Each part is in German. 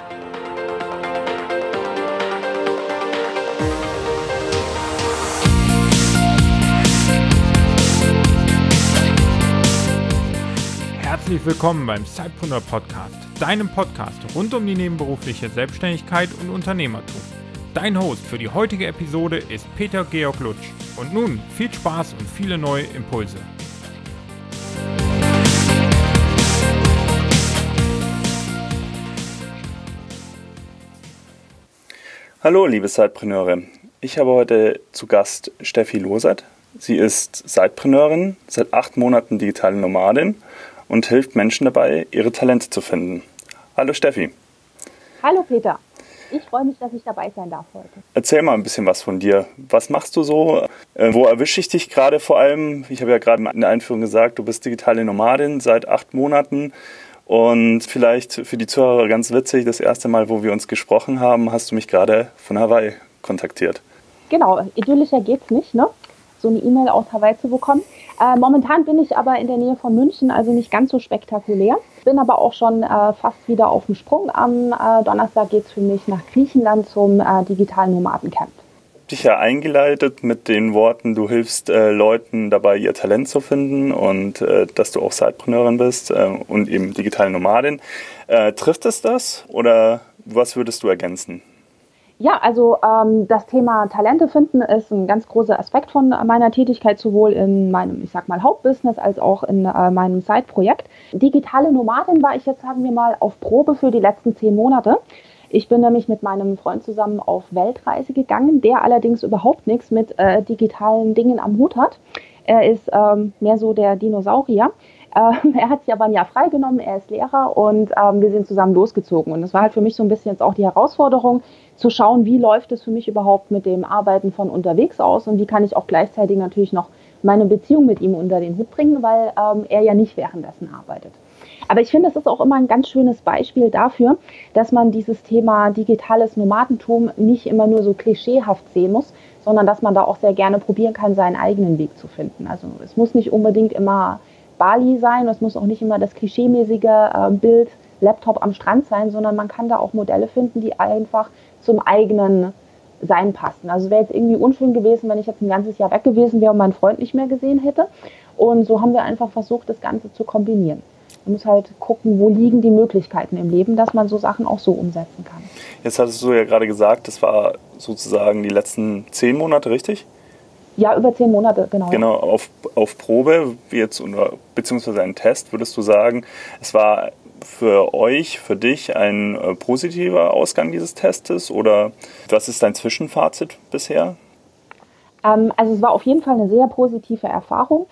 Herzlich willkommen beim Sidepreneur Podcast, deinem Podcast rund um die nebenberufliche Selbstständigkeit und Unternehmertum. Dein Host für die heutige Episode ist Peter Georg Lutsch. Und nun viel Spaß und viele neue Impulse. Hallo liebe Sidepreneure, ich habe heute zu Gast Steffi Losert. Sie ist Sidepreneurin, seit 8 Monaten digitale Nomadin und hilft Menschen dabei, ihre Talente zu finden. Hallo Steffi. Hallo Peter, ich freue mich, dass ich dabei sein darf heute. Erzähl mal ein bisschen was von dir. Was machst du so? Wo erwische ich dich gerade vor allem? Ich habe ja gerade in der Einführung gesagt, du bist digitale Nomadin seit 8 Monaten. Und vielleicht für die Zuhörer ganz witzig, das erste Mal, wo wir uns gesprochen haben, hast du mich gerade von Hawaii kontaktiert. Genau, idyllischer geht's nicht, ne? So eine E-Mail aus Hawaii zu bekommen. Momentan bin ich aber in der Nähe von München, also nicht ganz so spektakulär. Bin aber auch schon fast wieder auf dem Sprung. Am Donnerstag geht's für mich nach Griechenland zum digitalen Nomadencamp. Dich ja eingeleitet mit den Worten, du hilfst Leuten dabei, ihr Talent zu finden und dass du auch Sidepreneurin bist und eben digitale Nomadin. Trifft es das oder was würdest du ergänzen? Ja, also das Thema Talente finden ist ein ganz großer Aspekt von meiner Tätigkeit, sowohl in meinem, ich sag mal, Hauptbusiness als auch in meinem Side-Projekt. Digitale Nomadin war ich jetzt, sagen wir mal, auf Probe für die letzten 10 Monate. Ich bin nämlich mit meinem Freund zusammen auf Weltreise gegangen, der allerdings überhaupt nichts mit digitalen Dingen am Hut hat. Er ist mehr so der Dinosaurier. Er hat sich aber ein Jahr freigenommen, er ist Lehrer und wir sind zusammen losgezogen. Und das war halt für mich so ein bisschen jetzt auch die Herausforderung, zu schauen, wie läuft es für mich überhaupt mit dem Arbeiten von unterwegs aus und wie kann ich auch gleichzeitig natürlich noch meine Beziehung mit ihm unter den Hut bringen, weil er ja nicht währenddessen arbeitet. Aber ich finde, es ist auch immer ein ganz schönes Beispiel dafür, dass man dieses Thema digitales Nomadentum nicht immer nur so klischeehaft sehen muss, sondern dass man da auch sehr gerne probieren kann, seinen eigenen Weg zu finden. Also es muss nicht unbedingt immer Bali sein, es muss auch nicht immer das klischeemäßige Bild Laptop am Strand sein, sondern man kann da auch Modelle finden, die einfach zum eigenen Sein passen. Also wäre jetzt irgendwie unschön gewesen, wenn ich jetzt ein ganzes Jahr weg gewesen wäre und meinen Freund nicht mehr gesehen hätte. Und so haben wir einfach versucht, das Ganze zu kombinieren. Man muss halt gucken, wo liegen die Möglichkeiten im Leben, dass man so Sachen auch so umsetzen kann. Jetzt hattest du ja gerade gesagt, das war sozusagen die letzten 10 Monate, richtig? Ja, über 10 Monate, genau. Genau, auf Probe, beziehungsweise ein Test, würdest du sagen, es war für euch, für dich ein positiver Ausgang dieses Testes oder was ist dein Zwischenfazit bisher? Also es war auf jeden Fall eine sehr positive Erfahrung.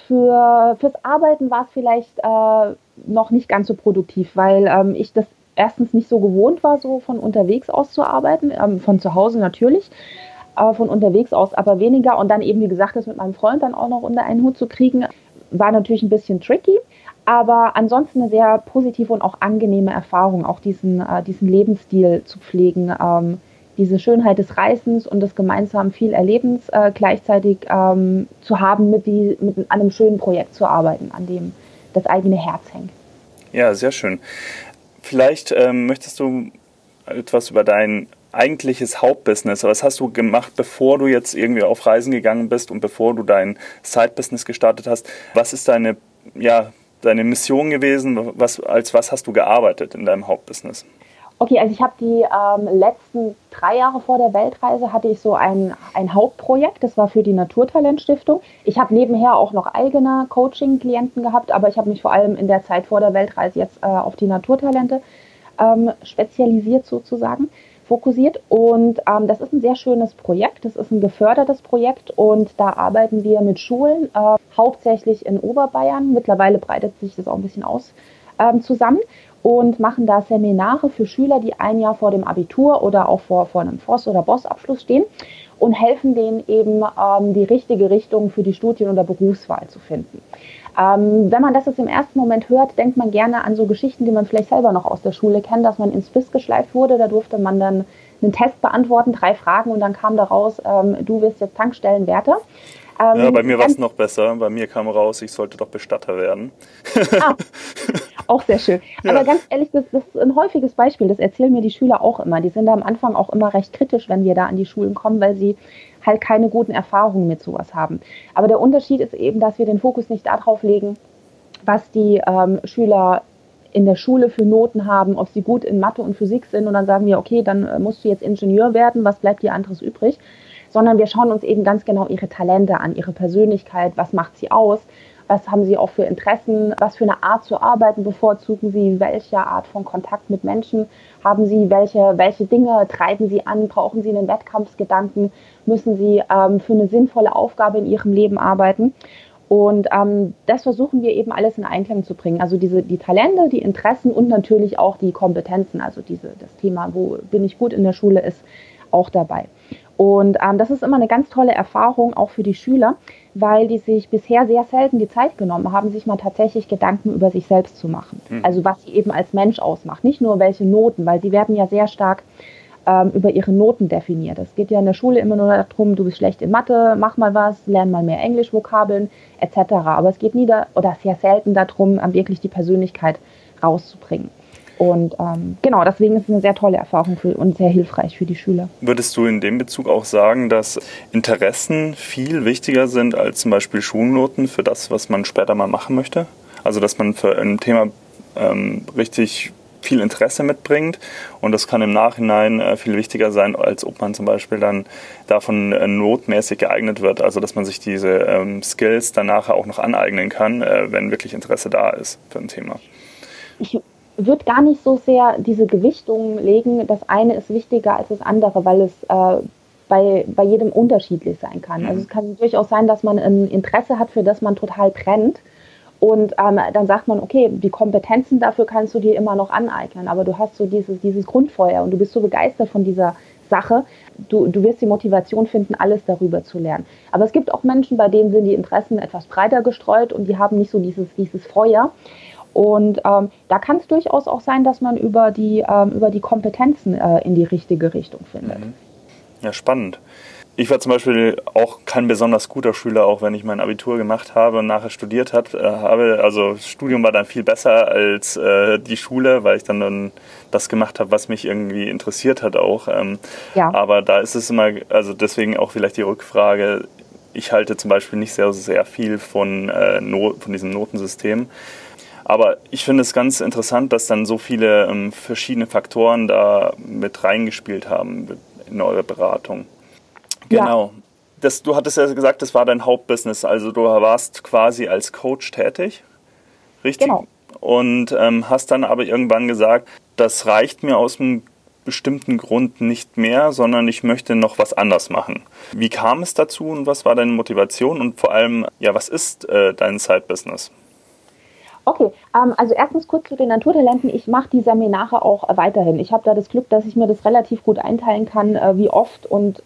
Fürs Arbeiten war es vielleicht noch nicht ganz so produktiv, weil ich das erstens nicht so gewohnt war, so von unterwegs aus zu arbeiten, von zu Hause natürlich, von unterwegs aus aber weniger und dann eben, wie gesagt, das mit meinem Freund dann auch noch unter einen Hut zu kriegen, war natürlich ein bisschen tricky. Aber ansonsten eine sehr positive und auch angenehme Erfahrung, auch diesen Lebensstil zu pflegen, diese Schönheit des Reisens und des gemeinsamen viel Erlebens gleichzeitig zu haben, mit einem schönen Projekt zu arbeiten, an dem das eigene Herz hängt. Ja, sehr schön. Vielleicht möchtest du etwas über dein eigentliches Hauptbusiness, was hast du gemacht, bevor du jetzt irgendwie auf Reisen gegangen bist und bevor du dein Side-Business gestartet hast? Was ist deine Mission gewesen? Als was hast du gearbeitet in deinem Hauptbusiness? Okay, also ich habe die letzten 3 Jahre vor der Weltreise hatte ich so ein Hauptprojekt, das war für die Naturtalentstiftung. Ich habe nebenher auch noch eigene Coaching-Klienten gehabt, aber ich habe mich vor allem in der Zeit vor der Weltreise jetzt auf die Naturtalente spezialisiert sozusagen, fokussiert. Und das ist ein sehr schönes Projekt, das ist ein gefördertes Projekt und da arbeiten wir mit Schulen, hauptsächlich in Oberbayern. Mittlerweile breitet sich das auch ein bisschen aus zusammen. Und machen da Seminare für Schüler, die ein Jahr vor dem Abitur oder auch vor einem FOS- oder BOS-Abschluss stehen und helfen denen eben, die richtige Richtung für die Studien- oder Berufswahl zu finden. Wenn man das jetzt im ersten Moment hört, denkt man gerne an so Geschichten, die man vielleicht selber noch aus der Schule kennt, dass man ins Quiz geschleift wurde. Da durfte man dann einen Test beantworten, 3 Fragen und dann kam daraus, du wirst jetzt Tankstellenwärter. Ja, bei mir war es noch besser. Bei mir kam raus, ich sollte doch Bestatter werden. Ah, auch sehr schön. Ja. Aber ganz ehrlich, das ist ein häufiges Beispiel. Das erzählen mir die Schüler auch immer. Die sind da am Anfang auch immer recht kritisch, wenn wir da an die Schulen kommen, weil sie halt keine guten Erfahrungen mit sowas haben. Aber der Unterschied ist eben, dass wir den Fokus nicht darauf legen, was die Schüler in der Schule für Noten haben, ob sie gut in Mathe und Physik sind und dann sagen wir, okay, dann musst du jetzt Ingenieur werden, was bleibt dir anderes übrig? Sondern wir schauen uns eben ganz genau ihre Talente an, ihre Persönlichkeit, was macht sie aus, was haben sie auch für Interessen, was für eine Art zu arbeiten bevorzugen sie, welche Art von Kontakt mit Menschen haben sie, welche Dinge treiben sie an, brauchen sie einen Wettkampfsgedanken, müssen sie für eine sinnvolle Aufgabe in ihrem Leben arbeiten. Und das versuchen wir eben alles in Einklang zu bringen. Also die Talente, die Interessen und natürlich auch die Kompetenzen. Also das Thema, wo bin ich gut in der Schule, ist auch dabei. Und das ist immer eine ganz tolle Erfahrung, auch für die Schüler, weil die sich bisher sehr selten die Zeit genommen haben, sich mal tatsächlich Gedanken über sich selbst zu machen. Also was sie eben als Mensch ausmacht. Nicht nur welche Noten, weil sie werden ja sehr stark über ihre Noten definiert. Es geht ja in der Schule immer nur darum, du bist schlecht in Mathe, mach mal was, lern mal mehr Englisch, Vokabeln etc. Aber es geht oder sehr selten darum, wirklich die Persönlichkeit rauszubringen. Und genau, deswegen ist es eine sehr tolle Erfahrung und sehr hilfreich für die Schüler. Würdest du in dem Bezug auch sagen, dass Interessen viel wichtiger sind als zum Beispiel Schulnoten für das, was man später mal machen möchte? Also dass man für ein Thema richtig viel Interesse mitbringt und das kann im Nachhinein viel wichtiger sein, als ob man zum Beispiel dann davon notmäßig geeignet wird, also dass man sich diese Skills danach auch noch aneignen kann, wenn wirklich Interesse da ist für ein Thema. Ich würde gar nicht so sehr diese Gewichtung legen, das eine ist wichtiger als das andere, weil es bei jedem unterschiedlich sein kann. Also es kann durchaus sein, dass man ein Interesse hat, für das man total brennt. Und dann sagt man, okay, die Kompetenzen dafür kannst du dir immer noch aneignen, aber du hast so dieses Grundfeuer und du bist so begeistert von dieser Sache, du wirst die Motivation finden, alles darüber zu lernen. Aber es gibt auch Menschen, bei denen sind die Interessen etwas breiter gestreut und die haben nicht so dieses Feuer. Und da kann es durchaus auch sein, dass man über die Kompetenzen in die richtige Richtung findet. Ja, spannend. Ich war zum Beispiel auch kein besonders guter Schüler, auch wenn ich mein Abitur gemacht habe und nachher studiert habe. Also das Studium war dann viel besser als die Schule, weil ich dann das gemacht habe, was mich irgendwie interessiert hat auch. Ja. Aber da ist es immer, also deswegen auch vielleicht die Rückfrage, ich halte zum Beispiel nicht sehr, sehr viel von diesem Notensystem. Aber ich finde es ganz interessant, dass dann so viele verschiedene Faktoren da mit reingespielt haben in eure Beratung. Genau. Ja. Du hattest ja gesagt, das war dein Hauptbusiness. Also du warst quasi als Coach tätig, richtig? Genau. Und hast dann aber irgendwann gesagt, das reicht mir aus einem bestimmten Grund nicht mehr, sondern ich möchte noch was anders machen. Wie kam es dazu und was war deine Motivation? Und vor allem, ja, was ist dein Side-Business? Okay, also erstens kurz zu den Naturtalenten. Ich mache die Seminare auch weiterhin. Ich habe da das Glück, dass ich mir das relativ gut einteilen kann, wie oft und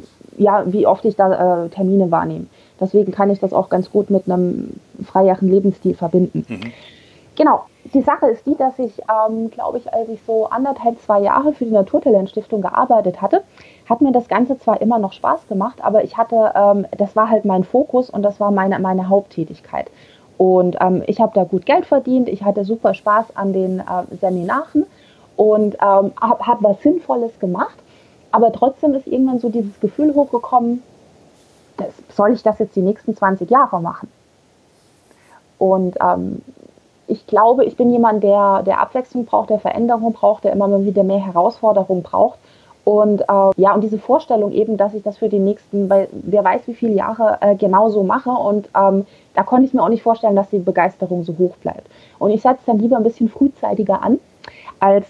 wie oft ich da Termine wahrnehme. Deswegen kann ich das auch ganz gut mit einem freieren Lebensstil verbinden. Genau, die Sache ist die, dass ich, glaube ich, als ich so 2 Jahre für die Naturtalentstiftung gearbeitet hatte, hat mir das Ganze zwar immer noch Spaß gemacht, aber ich hatte, das war halt mein Fokus und das war meine Haupttätigkeit. Und ich habe da gut Geld verdient, ich hatte super Spaß an den Seminaren und habe was Sinnvolles gemacht. Aber trotzdem ist irgendwann so dieses Gefühl hochgekommen, soll ich das jetzt die nächsten 20 Jahre machen? Und ich glaube, ich bin jemand, der Abwechslung braucht, der Veränderung braucht, der immer mal wieder mehr Herausforderungen braucht. Und und diese Vorstellung eben, dass ich das für die nächsten, weil wer weiß wie viele Jahre genauso mache und da konnte ich mir auch nicht vorstellen, dass die Begeisterung so hoch bleibt. Und ich setze dann lieber ein bisschen frühzeitiger an, als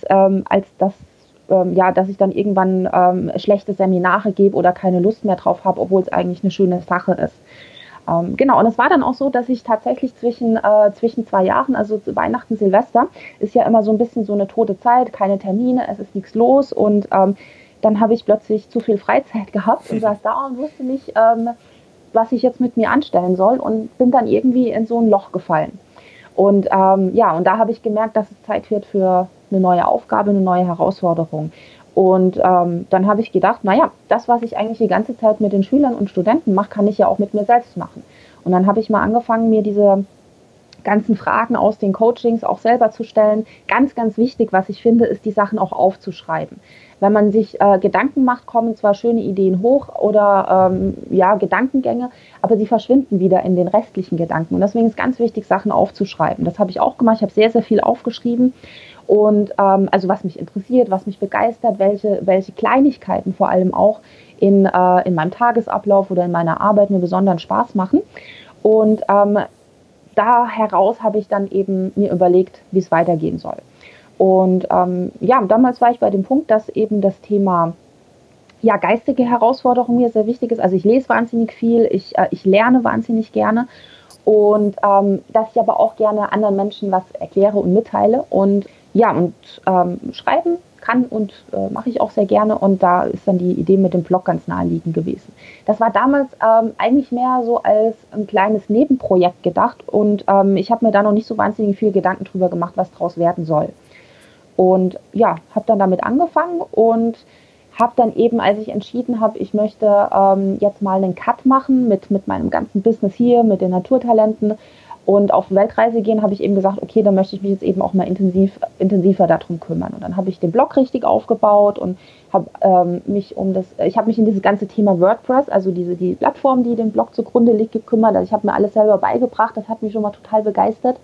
dass ich dann irgendwann schlechte Seminare gebe oder keine Lust mehr drauf habe, obwohl es eigentlich eine schöne Sache ist. Genau, und es war dann auch so, dass ich tatsächlich zwischen 2 Jahren, also zu Weihnachten, Silvester, ist ja immer so ein bisschen so eine tote Zeit, keine Termine, es ist nichts los und dann habe ich plötzlich zu viel Freizeit gehabt und saß da und wusste nicht, was ich jetzt mit mir anstellen soll und bin dann irgendwie in so ein Loch gefallen. Und und da habe ich gemerkt, dass es Zeit wird für eine neue Aufgabe, eine neue Herausforderung. Und dann habe ich gedacht, naja, das, was ich eigentlich die ganze Zeit mit den Schülern und Studenten mache, kann ich ja auch mit mir selbst machen. Und dann habe ich mal angefangen, mir diese ganzen Fragen aus den Coachings auch selber zu stellen. Ganz, ganz wichtig, was ich finde, ist, die Sachen auch aufzuschreiben. Wenn man sich Gedanken macht, kommen zwar schöne Ideen hoch oder Gedankengänge, aber sie verschwinden wieder in den restlichen Gedanken. Und deswegen ist ganz wichtig, Sachen aufzuschreiben. Das habe ich auch gemacht. Ich habe sehr, sehr viel aufgeschrieben. Und also was mich interessiert, was mich begeistert, welche Kleinigkeiten vor allem auch in meinem Tagesablauf oder in meiner Arbeit mir besonderen Spaß machen. Und da heraus habe ich dann eben mir überlegt, wie es weitergehen soll. Und damals war ich bei dem Punkt, dass eben das Thema geistige Herausforderung mir sehr wichtig ist. Also ich lese wahnsinnig viel, ich lerne wahnsinnig gerne und dass ich aber auch gerne anderen Menschen was erkläre und mitteile. Und schreiben kann und mache ich auch sehr gerne. Und da ist dann die Idee mit dem Blog ganz naheliegend gewesen. Das war damals eigentlich mehr so als ein kleines Nebenprojekt gedacht. Und ich habe mir da noch nicht so wahnsinnig viel Gedanken drüber gemacht, was draus werden soll. Und habe dann damit angefangen und habe dann eben, als ich entschieden habe, ich möchte jetzt mal einen Cut machen mit meinem ganzen Business hier, mit den Naturtalenten und auf Weltreise gehen, habe ich eben gesagt, okay, dann möchte ich mich jetzt eben auch mal intensiver darum kümmern. Und dann habe ich den Blog richtig aufgebaut und habe mich in dieses ganze Thema WordPress, also die Plattform, die dem Blog zugrunde liegt, gekümmert. Also ich habe mir alles selber beigebracht, das hat mich schon mal total begeistert,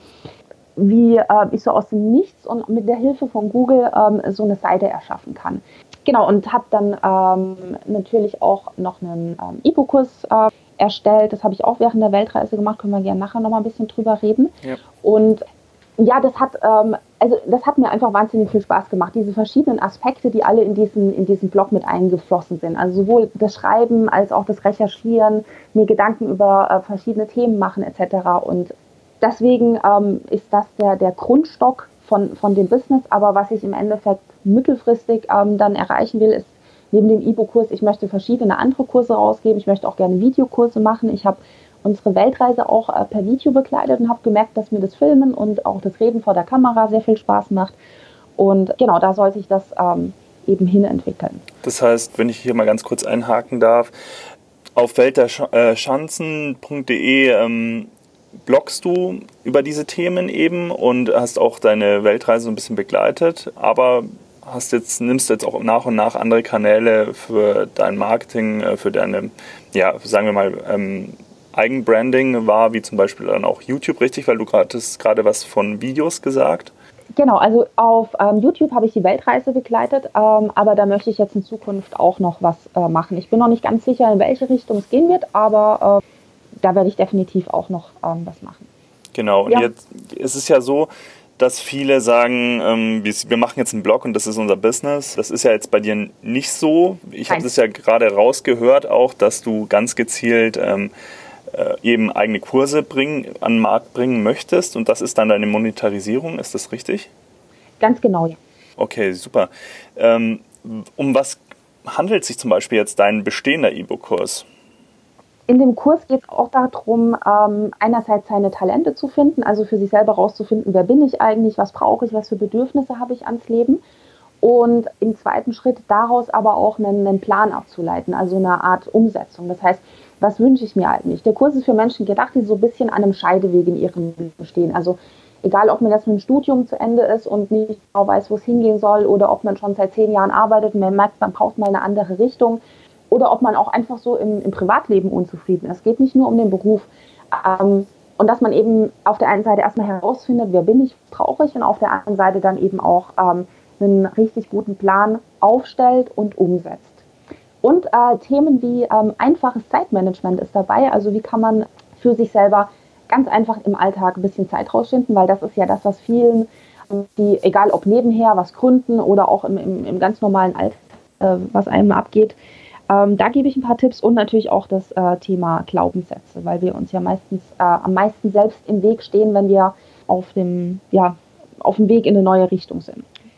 wie ich so aus dem Nichts und mit der Hilfe von Google so eine Seite erschaffen kann. Genau, und habe dann natürlich auch noch einen E-Book-Kurs erstellt. Das habe ich auch während der Weltreise gemacht, können wir gerne nachher noch mal ein bisschen drüber reden. Ja. Und das hat mir einfach wahnsinnig viel Spaß gemacht, diese verschiedenen Aspekte, die alle in diesen Blog mit eingeflossen sind. Also sowohl das Schreiben als auch das Recherchieren, mir Gedanken über verschiedene Themen machen etc. Und deswegen ist das der Grundstock von dem Business. Aber was ich im Endeffekt mittelfristig dann erreichen will, ist neben dem E-Book-Kurs, ich möchte verschiedene andere Kurse rausgeben. Ich möchte auch gerne Videokurse machen. Ich habe unsere Weltreise auch per Video begleitet und habe gemerkt, dass mir das Filmen und auch das Reden vor der Kamera sehr viel Spaß macht. Und genau, da soll sich das eben hin entwickeln. Das heißt, wenn ich hier mal ganz kurz einhaken darf, auf weltderchancen.de bloggst du über diese Themen eben und hast auch deine Weltreise so ein bisschen begleitet, aber nimmst jetzt auch nach und nach andere Kanäle für dein Marketing, für deine, sagen wir mal, Eigenbranding wahr, wie zum Beispiel dann auch YouTube, richtig? Weil du gerade was von Videos gesagt. Genau, also auf YouTube habe ich die Weltreise begleitet, aber da möchte ich jetzt in Zukunft auch noch was machen. Ich bin noch nicht ganz sicher, in welche Richtung es gehen wird, aber da werde ich definitiv auch noch was machen. Genau, und jetzt ist es ja so, dass viele sagen, wir machen jetzt einen Blog und das ist unser Business. Das ist ja jetzt bei dir nicht so. Ich habe das ja gerade rausgehört auch, dass du ganz gezielt eben eigene Kurse an den Markt bringen möchtest und das ist dann deine Monetarisierung. Ist das richtig? Ganz genau, ja. Okay, super. Um was handelt sich zum Beispiel jetzt dein bestehender E-Book-Kurs? In dem Kurs geht es auch darum, einerseits seine Talente zu finden, also für sich selber rauszufinden, wer bin ich eigentlich, was brauche ich, was für Bedürfnisse habe ich ans Leben. Und im zweiten Schritt daraus aber auch einen Plan abzuleiten, also eine Art Umsetzung. Das heißt, was wünsche ich mir eigentlich? Der Kurs ist für Menschen gedacht, die so ein bisschen an einem Scheideweg in ihrem Leben stehen. Also egal, ob man jetzt mit dem Studium zu Ende ist und nicht genau weiß, wo es hingehen soll, oder ob man schon seit 10 Jahren arbeitet und man merkt, man braucht mal eine andere Richtung. Oder ob man auch einfach so im Privatleben unzufrieden ist. Es geht nicht nur um den Beruf. Und dass man eben auf der einen Seite erstmal herausfindet, wer bin ich, brauche ich, und auf der anderen Seite dann eben auch einen richtig guten Plan aufstellt und umsetzt. Und Themen wie einfaches Zeitmanagement ist dabei. Also wie kann man für sich selber ganz einfach im Alltag ein bisschen Zeit rausfinden, weil das ist ja das, was vielen, die, egal ob nebenher was gründen oder auch im ganz normalen Alltag, was einem abgeht, da gebe ich ein paar Tipps und natürlich auch das Thema Glaubenssätze, weil wir uns ja meistens am meisten selbst im Weg stehen, wenn wir auf dem Weg in eine neue Richtung sind.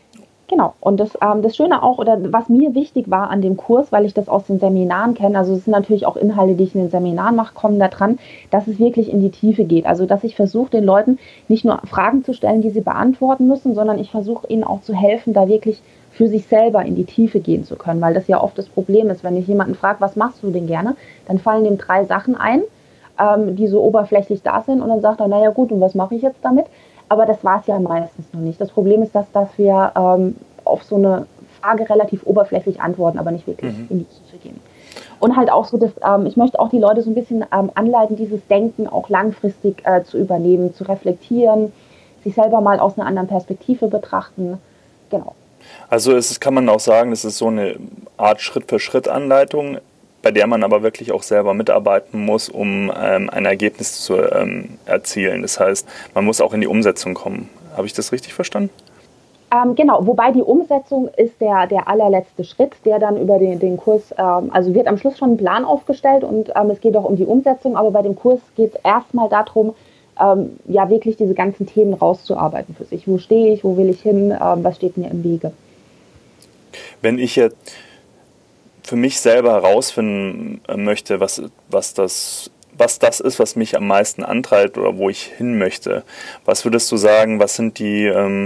Genau. Und das Schöne auch, oder was mir wichtig war an dem Kurs, weil ich das aus den Seminaren kenne, also es sind natürlich auch Inhalte, die ich in den Seminaren mache, kommen da dran, dass es wirklich in die Tiefe geht. Also dass ich versuche, den Leuten nicht nur Fragen zu stellen, die sie beantworten müssen, sondern ich versuche ihnen auch zu helfen, da wirklich für sich selber in die Tiefe gehen zu können. Weil das ja oft das Problem ist, wenn ich jemanden frage, was machst du denn gerne, dann fallen dem 3 Sachen ein, die so oberflächlich da sind und dann sagt er, naja gut, und was mache ich jetzt damit? Aber das war es ja meistens noch nicht. Das Problem ist, dass wir auf so eine Frage relativ oberflächlich antworten, aber nicht wirklich in die Tiefe gehen. Und halt auch so, ich möchte auch die Leute so ein bisschen anleiten, dieses Denken auch langfristig zu übernehmen, zu reflektieren, sich selber mal aus einer anderen Perspektive betrachten. Genau. Also kann man auch sagen, es ist so eine Art Schritt-für-Schritt-Anleitung, bei der man aber wirklich auch selber mitarbeiten muss, um ein Ergebnis zu erzielen. Das heißt, man muss auch in die Umsetzung kommen. Habe ich das richtig verstanden? Genau, wobei die Umsetzung ist der allerletzte Schritt, der dann über den Kurs, also wird am Schluss schon ein Plan aufgestellt und es geht auch um die Umsetzung, aber bei dem Kurs geht es erstmal darum, ja wirklich diese ganzen Themen rauszuarbeiten für sich. Wo stehe ich, wo will ich hin, was steht mir im Wege? Wenn ich jetzt für mich selber herausfinden möchte, was das ist, was mich am meisten antreibt oder wo ich hin möchte, was würdest du sagen, was sind die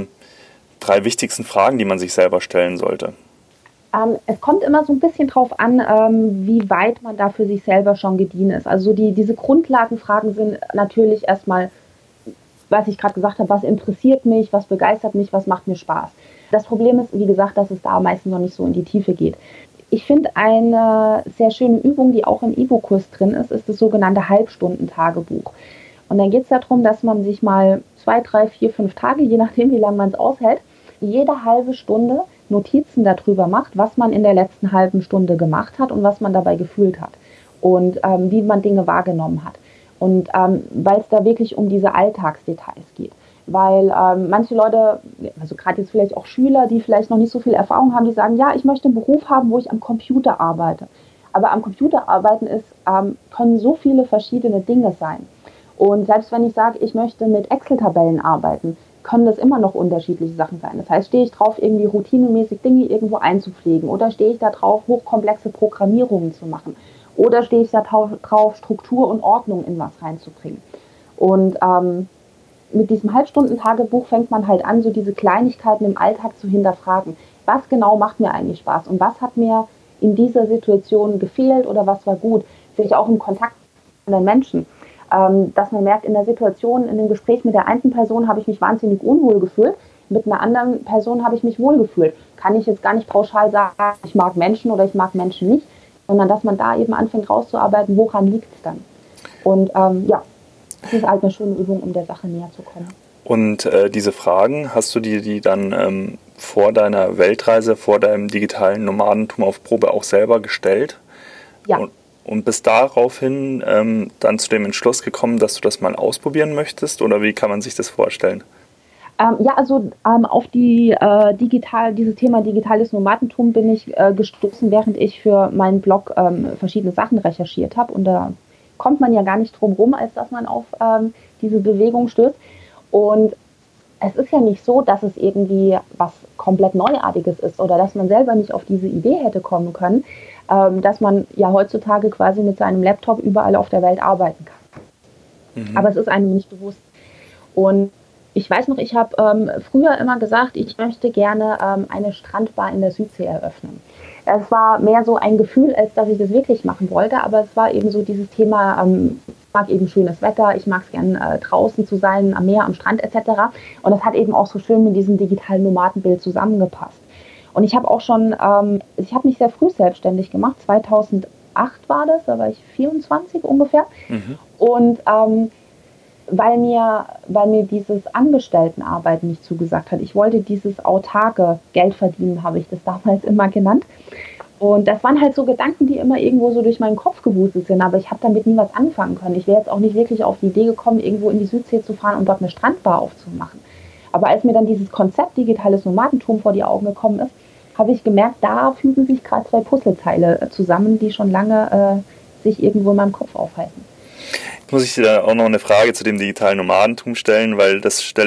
3 wichtigsten Fragen, die man sich selber stellen sollte? Es kommt immer so ein bisschen drauf an, wie weit man da für sich selber schon gediehen ist. Also diese Grundlagenfragen sind natürlich erstmal, was ich gerade gesagt habe, was interessiert mich, was begeistert mich, was macht mir Spaß. Das Problem ist, wie gesagt, dass es da meistens noch nicht so in die Tiefe geht. Ich finde eine sehr schöne Übung, die auch im E-Book-Kurs drin ist das sogenannte Halbstunden-Tagebuch. Und dann geht es darum, dass man sich mal 2, 3, 4, 5 Tage, je nachdem, wie lange man es aushält, jede halbe Stunde Notizen darüber macht, was man in der letzten halben Stunde gemacht hat und was man dabei gefühlt hat und wie man Dinge wahrgenommen hat. Und weil es da wirklich um diese Alltagsdetails geht. Weil manche Leute, also gerade jetzt vielleicht auch Schüler, die vielleicht noch nicht so viel Erfahrung haben, die sagen, ja, ich möchte einen Beruf haben, wo ich am Computer arbeite. Aber am Computer arbeiten können so viele verschiedene Dinge sein. Und selbst wenn ich sage, ich möchte mit Excel-Tabellen arbeiten, können das immer noch unterschiedliche Sachen sein. Das heißt, stehe ich drauf, irgendwie routinemäßig Dinge irgendwo einzupflegen oder stehe ich da drauf, hochkomplexe Programmierungen zu machen oder stehe ich da drauf, Struktur und Ordnung in was reinzubringen. Und mit diesem Halbstunden-Tagebuch fängt man halt an, so diese Kleinigkeiten im Alltag zu hinterfragen. Was genau macht mir eigentlich Spaß und was hat mir in dieser Situation gefehlt oder was war gut? Sich auch im Kontakt mit anderen Menschen. Dass man merkt, in der Situation, in dem Gespräch mit der einen Person habe ich mich wahnsinnig unwohl gefühlt, mit einer anderen Person habe ich mich wohl gefühlt. Kann ich jetzt gar nicht pauschal sagen, ich mag Menschen oder ich mag Menschen nicht, sondern dass man da eben anfängt rauszuarbeiten, woran liegt es dann. Und das ist halt eine schöne Übung, um der Sache näher zu kommen. Und diese Fragen, hast du die dann vor deiner Weltreise, vor deinem digitalen Nomadentum auf Probe auch selber gestellt? Ja. Und bist daraufhin dann zu dem Entschluss gekommen, dass du das mal ausprobieren möchtest? Oder wie kann man sich das vorstellen? Auf dieses Thema digitales Nomadentum bin ich gestoßen, während ich für meinen Blog verschiedene Sachen recherchiert habe. Und da kommt man ja gar nicht drum rum, als dass man auf diese Bewegung stößt. Und es ist ja nicht so, dass es irgendwie was komplett Neuartiges ist oder dass man selber nicht auf diese Idee hätte kommen können, dass man ja heutzutage quasi mit seinem Laptop überall auf der Welt arbeiten kann. Aber es ist einem nicht bewusst. Und ich weiß noch, ich habe früher immer gesagt, ich möchte gerne eine Strandbar in der Südsee eröffnen. Es war mehr so ein Gefühl, als dass ich das wirklich machen wollte, aber es war eben so dieses Thema, ich mag eben schönes Wetter, ich mag es gerne draußen zu sein, am Meer, am Strand etc. Und das hat eben auch so schön mit diesem digitalen Nomadenbild zusammengepasst. Und ich habe auch schon, ich habe mich sehr früh selbstständig gemacht, 2008 war das, da war ich 24 ungefähr. Und weil mir dieses Angestelltenarbeiten nicht zugesagt hat. Ich wollte dieses autarke Geld verdienen, habe ich das damals immer genannt. Und das waren halt so Gedanken, die immer irgendwo so durch meinen Kopf gewuselt sind, aber ich habe damit nie was anfangen können. Ich wäre jetzt auch nicht wirklich auf die Idee gekommen, irgendwo in die Südsee zu fahren und dort eine Strandbar aufzumachen. Aber als mir dann dieses Konzept digitales Nomadentum vor die Augen gekommen ist, habe ich gemerkt, da fügen sich gerade 2 Puzzleteile zusammen, die schon lange sich irgendwo in meinem Kopf aufhalten. Muss ich dir da auch noch eine Frage zu dem digitalen Nomadentum stellen, weil das stelle ich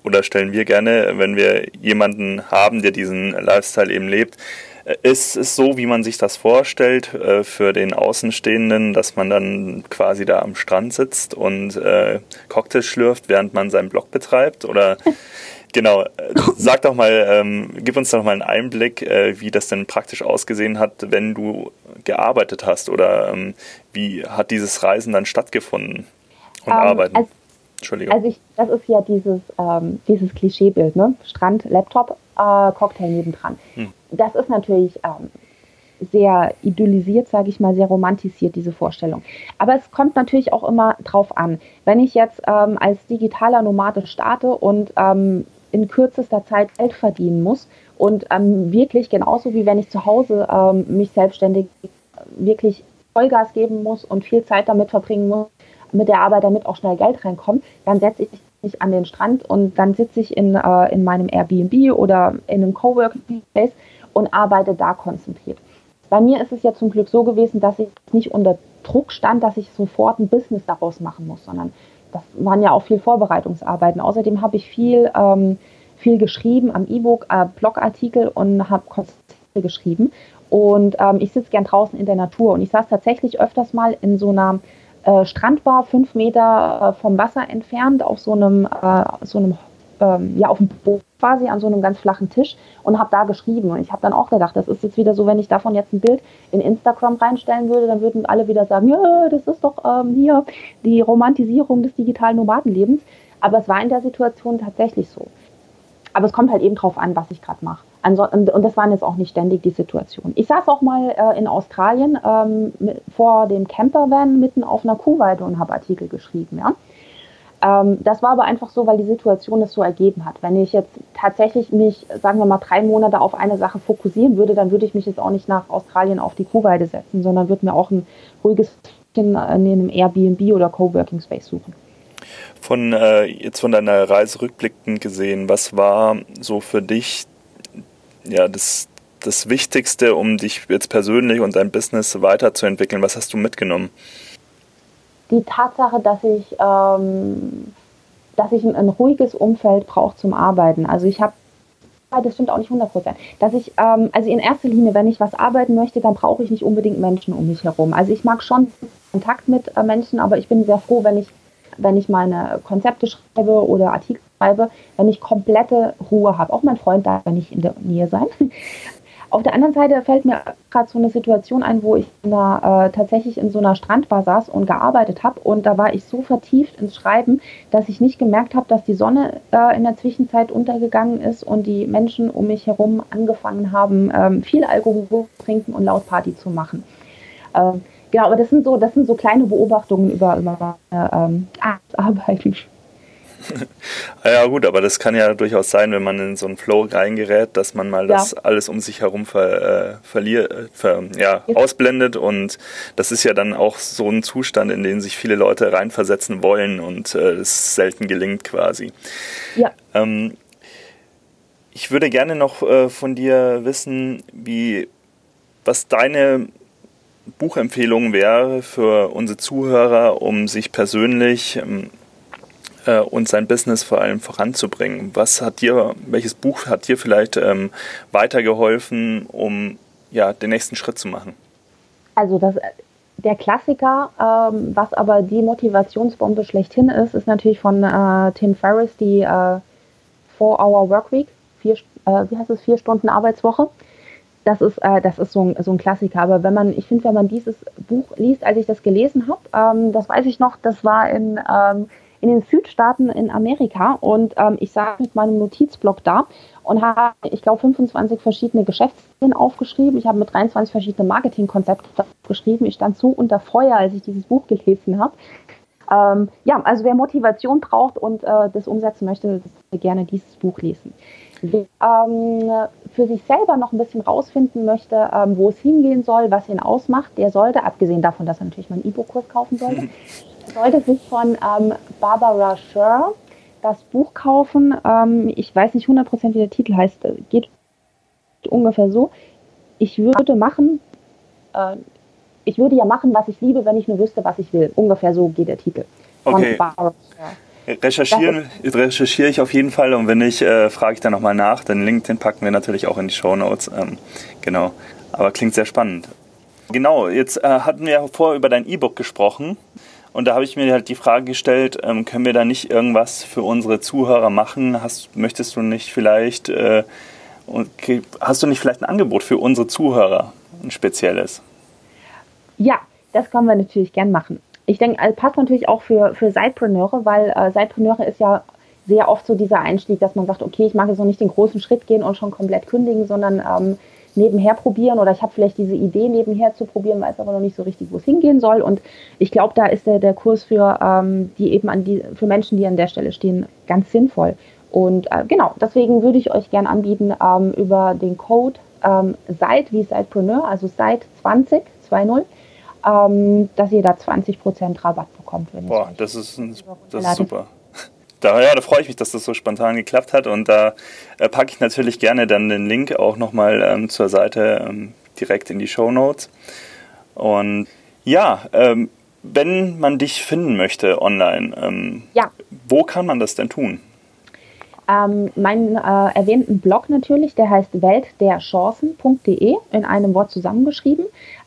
oder stellen wir gerne, wenn wir jemanden haben, der diesen Lifestyle eben lebt. Ist es so, wie man sich das vorstellt, für den Außenstehenden, dass man dann quasi da am Strand sitzt und Cocktails schlürft, während man seinen Blog betreibt? Oder genau, sag doch mal, gib uns doch mal einen Einblick, wie das denn praktisch ausgesehen hat, wenn du gearbeitet hast, oder wie hat dieses Reisen dann stattgefunden und Arbeiten? Entschuldigung. Also das ist ja dieses Klischeebild, ne? Strand, Laptop, Cocktail nebendran. Das ist natürlich sehr idyllisiert, sage ich mal, sehr romantisiert, diese Vorstellung. Aber es kommt natürlich auch immer drauf an. Wenn ich jetzt als digitaler Nomade starte und in kürzester Zeit Geld verdienen muss und wirklich genauso wie wenn ich zu Hause mich selbstständig wirklich Vollgas geben muss und viel Zeit damit verbringen muss, mit der Arbeit, damit auch schnell Geld reinkommt, dann setze ich mich an den Strand und dann sitze ich in meinem Airbnb oder in einem Coworking Space und arbeite da konzentriert. Bei mir ist es ja zum Glück so gewesen, dass ich nicht unter Druck stand, dass ich sofort ein Business daraus machen muss, sondern das waren ja auch viel Vorbereitungsarbeiten. Außerdem habe ich viel geschrieben am E-Book, Blogartikel und habe Konzepte geschrieben. Und ich sitze gern draußen in der Natur und ich saß tatsächlich öfters mal in so einer Strandbar 5 Meter vom Wasser entfernt auf auf dem Boot quasi an so einem ganz flachen Tisch und habe da geschrieben. Und ich habe dann auch gedacht, das ist jetzt wieder so, wenn ich davon jetzt ein Bild in Instagram reinstellen würde, dann würden alle wieder sagen, ja, das ist doch hier die Romantisierung des digitalen Nomadenlebens. Aber es war in der Situation tatsächlich so. Aber es kommt halt eben drauf an, was ich gerade mache. Und das waren jetzt auch nicht ständig die Situationen. Ich saß auch mal in Australien vor dem Campervan mitten auf einer Kuhweide und habe Artikel geschrieben. Ja? Das war aber einfach so, weil die Situation es so ergeben hat. Wenn ich jetzt tatsächlich mich, sagen wir mal, 3 Monate auf eine Sache fokussieren würde, dann würde ich mich jetzt auch nicht nach Australien auf die Kuhweide setzen, sondern würde mir auch ein ruhiges in einem Airbnb oder Coworking Space suchen. Jetzt von deiner Reise rückblickend gesehen, was war so für dich das Wichtigste, um dich jetzt persönlich und dein Business weiterzuentwickeln? Was hast du mitgenommen? Die Tatsache, dass ich ein ruhiges Umfeld brauche zum Arbeiten. Also das stimmt auch nicht 100%. Dass ich, also in erster Linie, wenn ich was arbeiten möchte, dann brauche ich nicht unbedingt Menschen um mich herum. Also ich mag schon Kontakt mit Menschen, aber ich bin sehr froh, wenn ich meine Konzepte schreibe oder Artikel schreibe, wenn ich komplette Ruhe habe. Auch mein Freund darf nicht in der Nähe sein. Auf der anderen Seite fällt mir gerade so eine Situation ein, wo ich tatsächlich in so einer Strandbar saß und gearbeitet habe. Und da war ich so vertieft ins Schreiben, dass ich nicht gemerkt habe, dass die Sonne in der Zwischenzeit untergegangen ist und die Menschen um mich herum angefangen haben, viel Alkohol zu trinken und laut Party zu machen. Genau, aber das sind so kleine Beobachtungen über Arbeiten. Ja gut, aber das kann ja durchaus sein, wenn man in so einen Flow reingerät, dass man mal das alles um sich herum ausblendet, und das ist ja dann auch so ein Zustand, in den sich viele Leute reinversetzen wollen und es selten gelingt quasi. Ja. Ich würde gerne noch von dir wissen, was deine Buchempfehlung wäre für unsere Zuhörer, um sich persönlich und sein Business vor allem voranzubringen. Welches Buch hat dir vielleicht weitergeholfen, um den nächsten Schritt zu machen? Also der Klassiker, was aber die Motivationsbombe schlechthin ist natürlich von Tim Ferriss, die 4-Hour Workweek, 4 Stunden Arbeitswoche. Das ist so ein Klassiker. Aber wenn man dieses Buch liest, als ich das gelesen habe, das weiß ich noch, das war in den Südstaaten in Amerika, und ich saß mit meinem Notizblock da und habe, ich glaube, 25 verschiedene Geschäftsideen aufgeschrieben. Ich habe mit 23 verschiedene Marketingkonzepte aufgeschrieben. Ich stand so unter Feuer, als ich dieses Buch gelesen habe. Also wer Motivation braucht und das umsetzen möchte, gerne dieses Buch lesen. Wer für sich selber noch ein bisschen rausfinden möchte, wo es hingehen soll, was ihn ausmacht, der sollte, abgesehen davon, dass er natürlich meinen E-Book-Kurs kaufen sollte, sich von Barbara Sher das Buch kaufen. Ich weiß nicht 100%, wie der Titel heißt. Geht ungefähr so. Ich würde ja machen, was ich liebe, wenn ich nur wüsste, was ich will. Ungefähr so geht der Titel. Okay. Von Barbara Sher. recherchiere ich auf jeden Fall und wenn nicht, frage ich dann nochmal nach. Den Link, den packen wir natürlich auch in die Shownotes. Genau, aber klingt sehr spannend. Genau, jetzt hatten wir ja vorher über dein E-Book gesprochen und da habe ich mir halt die Frage gestellt, können wir da nicht irgendwas für unsere Zuhörer machen? Hast du nicht vielleicht ein Angebot für unsere Zuhörer, ein spezielles? Ja, das können wir natürlich gern machen. Ich denke, passt natürlich auch für Sidepreneure, weil Sidepreneure ist ja sehr oft so dieser Einstieg, dass man sagt, okay, ich mag jetzt noch nicht den großen Schritt gehen und schon komplett kündigen, sondern nebenher probieren oder ich habe vielleicht diese Idee nebenher zu probieren, weiß aber noch nicht so richtig, wo es hingehen soll. Und ich glaube, da ist der Kurs für für Menschen, die an der Stelle stehen, ganz sinnvoll. Und genau, deswegen würde ich euch gerne anbieten, über den Code Side wie Sidepreneur, also Side 20, dass ihr da 20% Rabatt bekommt. Boah, das ist super. Da freue ich mich, dass das so spontan geklappt hat und da packe ich natürlich gerne dann den Link auch nochmal zur Seite direkt in die Shownotes. Und ja, wenn man dich finden möchte online, wo kann man das denn tun? Meinen erwähnten Blog natürlich, der heißt weltderchancen.de, in einem Wort zusammengeschrieben.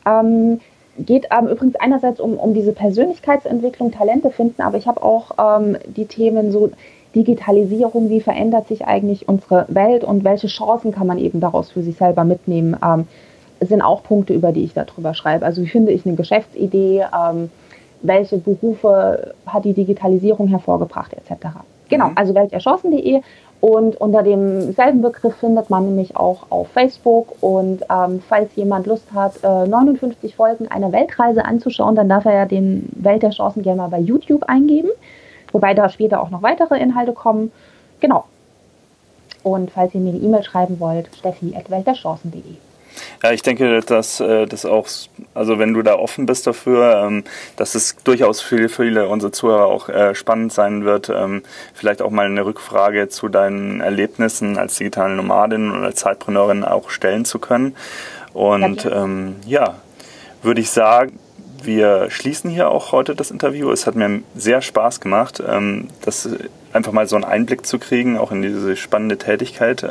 Geht übrigens einerseits um diese Persönlichkeitsentwicklung, Talente finden, aber ich habe auch die Themen so Digitalisierung, wie verändert sich eigentlich unsere Welt und welche Chancen kann man eben daraus für sich selber mitnehmen, sind auch Punkte, über die ich darüber schreibe. Also wie finde ich eine Geschäftsidee, welche Berufe hat die Digitalisierung hervorgebracht etc. Genau, also weltderchancen.de. Und unter demselben Begriff findet man mich auch auf Facebook. Und falls jemand Lust hat, 59 Folgen einer Weltreise anzuschauen, dann darf er ja den Welt der Chancen gerne mal bei YouTube eingeben. Wobei da später auch noch weitere Inhalte kommen. Genau. Und falls ihr mir eine E-Mail schreiben wollt, steffi@weltderchancen.de. Ja, ich denke, dass das auch, also wenn du da offen bist dafür, dass es durchaus für viele unserer Zuhörer auch spannend sein wird, vielleicht auch mal eine Rückfrage zu deinen Erlebnissen als digitale Nomadin oder als Zeitpreneurin auch stellen zu können. Und würde ich sagen, wir schließen hier auch heute das Interview. Es hat mir sehr Spaß gemacht, das einfach mal so einen Einblick zu kriegen, auch in diese spannende Tätigkeit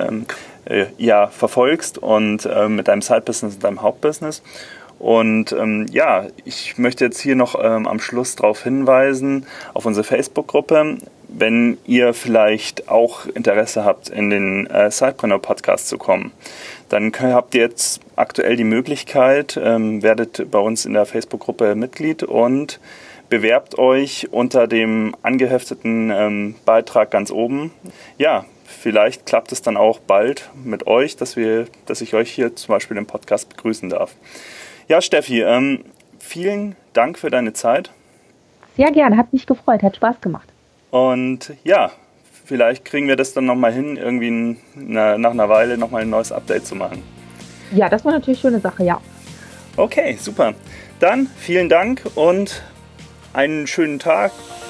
verfolgst und mit deinem Side-Business und deinem Hauptbusiness. Und ich möchte jetzt hier noch am Schluss darauf hinweisen, auf unsere Facebook-Gruppe, wenn ihr vielleicht auch Interesse habt, in den Sidepreneur-Podcast zu kommen. Dann habt ihr jetzt aktuell die Möglichkeit, werdet bei uns in der Facebook-Gruppe Mitglied und bewerbt euch unter dem angehefteten Beitrag ganz oben. Ja, vielleicht klappt es dann auch bald mit euch, dass ich euch hier zum Beispiel im Podcast begrüßen darf. Ja, Steffi, vielen Dank für deine Zeit. Sehr gerne, hat mich gefreut, hat Spaß gemacht. Und ja, vielleicht kriegen wir das dann nochmal hin, irgendwie nach einer Weile nochmal ein neues Update zu machen. Ja, das war natürlich eine schöne Sache, ja. Okay, super. Dann vielen Dank und einen schönen Tag